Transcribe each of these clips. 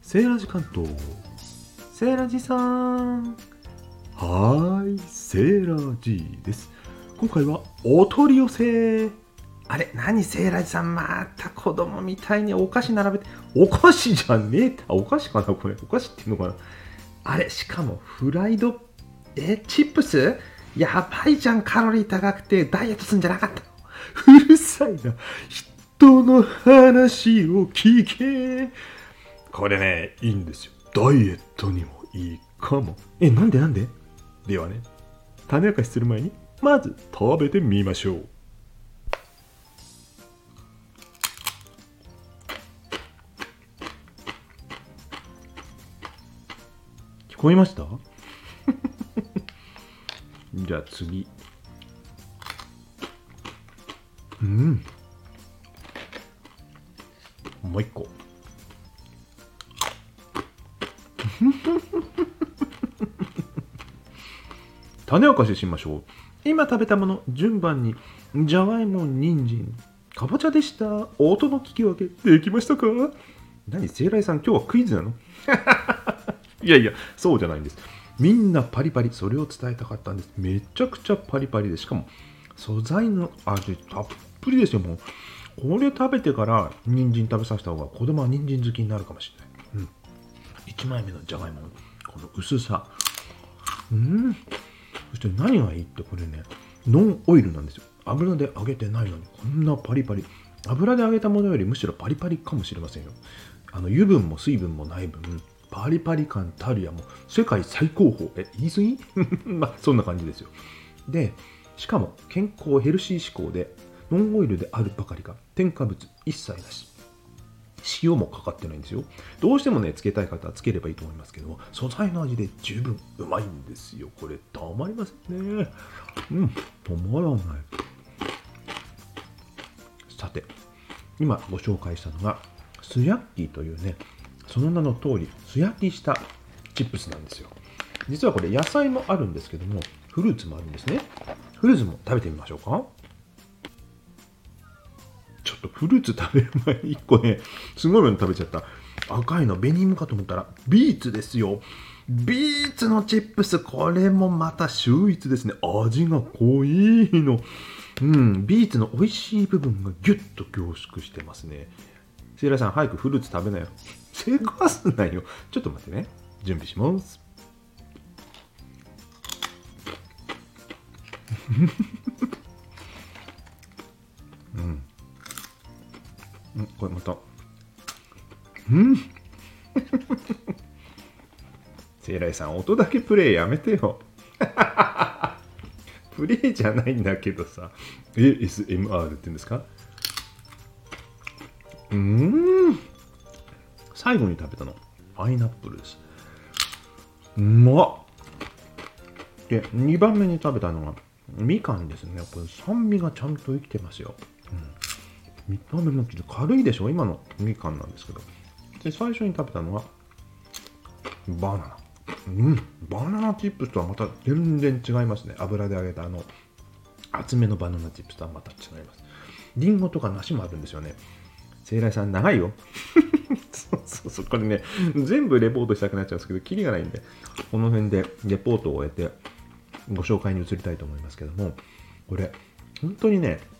セーラジ関東。セーラジさん。はーい、セーラジです。今回はお取り寄せ。あれ、何セーラジさん、また子供みたいにお菓子並べて。お菓子じゃねえ。お菓子かなこれ。お菓子っていうのかな。あれ、しかもフライド、チップスやばいじゃん、カロリー高くてダイエットするんじゃなかったの。うるさいな。人の話を聞け。これね、いいんですよ。ダイエットにもいいかも。なんでではね、種明かしする前に、まず食べてみましょう。聞こえましたじゃあ次。もう一個。種明かししましょう。今食べたもの順番に、じゃがいも、人参、かぼちゃでした。音の聞き分けできましたか？何、セイライさん、今日はクイズなの？いやいや、そうじゃないんです。みんなパリパリ、それを伝えたかったんです。めちゃくちゃパリパリで、しかも素材の味たっぷりですよ。もうこれ食べてから人参食べさせた方が子供は人参好きになるかもしれない。1枚目のじゃがいものこの薄さ。そして何がいいって、これね、ノンオイルなんですよ。油で揚げてないのにこんなパリパリ。油で揚げたものよりむしろパリパリかもしれませんよ。油分も水分もない分、パリパリ感たるやもう世界最高峰。言い過ぎまあそんな感じですよ。で、しかも健康ヘルシー志向でノンオイルであるばかりか添加物一切なし。塩もかかってないんですよ。どうしてもね、つけたい方はつければいいと思いますけど、素材の味で十分うまいんですよ。これたまりませんね。止まらない。さて、今ご紹介したのが素焼きというね、その名の通り素焼きしたチップスなんですよ。実はこれ野菜もあるんですけども、フルーツもあるんですね。フルーツも食べてみましょうか。ちょっとフルーツ食べる前に1個ね、すごいの食べちゃった。赤いの紅芋かと思ったらビーツですよ。ビーツのチップス、これもまた秀逸ですね。味が濃いの。ビーツの美味しい部分がギュッと凝縮してますね。セイラさん、早くフルーツ食べなよ。せかすなよ。ちょっと待ってね。準備します。これまた。セイライさん、音だけプレイやめてよ。プレイじゃないんだけどさ。ASMR って言うんですか？最後に食べたのパイナップルです。うまっ。で、2番目に食べたのがみかんですね。これ酸味がちゃんと生きてますよ。見た目も軽いでしょ。今のみかんなんですけど。で、最初に食べたのはバナナ。バナナチップスとはまた全然違いますね。油で揚げた厚めのバナナチップスとはまた違います。リンゴとか梨もあるんですよね。セイライさん長いよ。そう、これね、全部レポートしたくなっちゃうんですけど、キリがないんで、この辺でレポートを終えて、ご紹介に移りたいと思いますけども、これ、本当にね、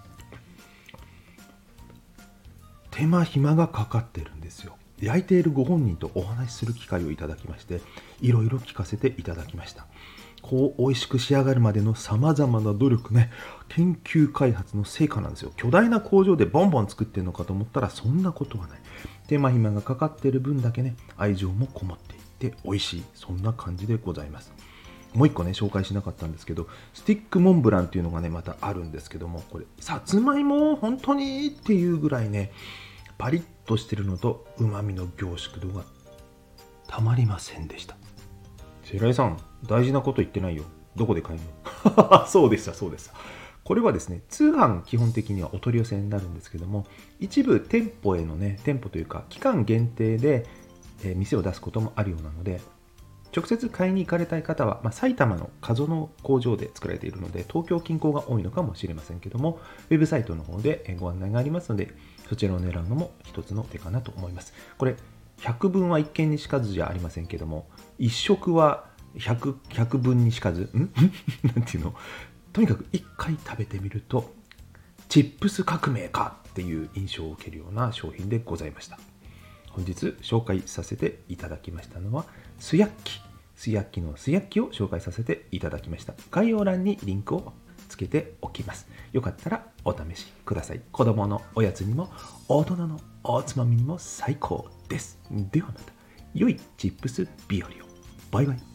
手間暇がかかってるんですよ。焼いているご本人とお話しする機会をいただきまして、いろいろ聞かせていただきました。こう美味しく仕上がるまでの様々な努力ね、研究開発の成果なんですよ。巨大な工場でボンボン作ってるのかと思ったらそんなことはない。手間暇がかかっている分だけね、愛情もこもっていって美味しい、そんな感じでございます。もう一個ね、紹介しなかったんですけど、スティックモンブランっていうのがね、またあるんですけども、これさつまいも本当にっていうぐらいね、パリッとしてるのと旨味の凝縮度がたまりませんでした。白井さん、大事なこと言ってないよ。どこで買えるの？そうでした。これはですね、通販基本的にはお取り寄せになるんですけども、一部店舗へのね、店舗というか期間限定で、店を出すこともあるようなので、直接買いに行かれたい方は、埼玉の加須の工場で作られているので、東京近郊が多いのかもしれませんけども、ウェブサイトの方でご案内がありますので、そちらを狙うのも一つの手かなと思います。これ 100分は一見にしかずじゃありませんけども、一食は100分にしかずなんていうの、とにかく一回食べてみるとチップス革命かっていう印象を受けるような商品でございました。本日紹介させていただきましたのは素焼きの素焼きを紹介させていただきました。概要欄にリンクをつけておきます。よかったらお試しください。子供のおやつにも大人のおつまみにも最高です。ではまた良いチップス日和を。バイバイ。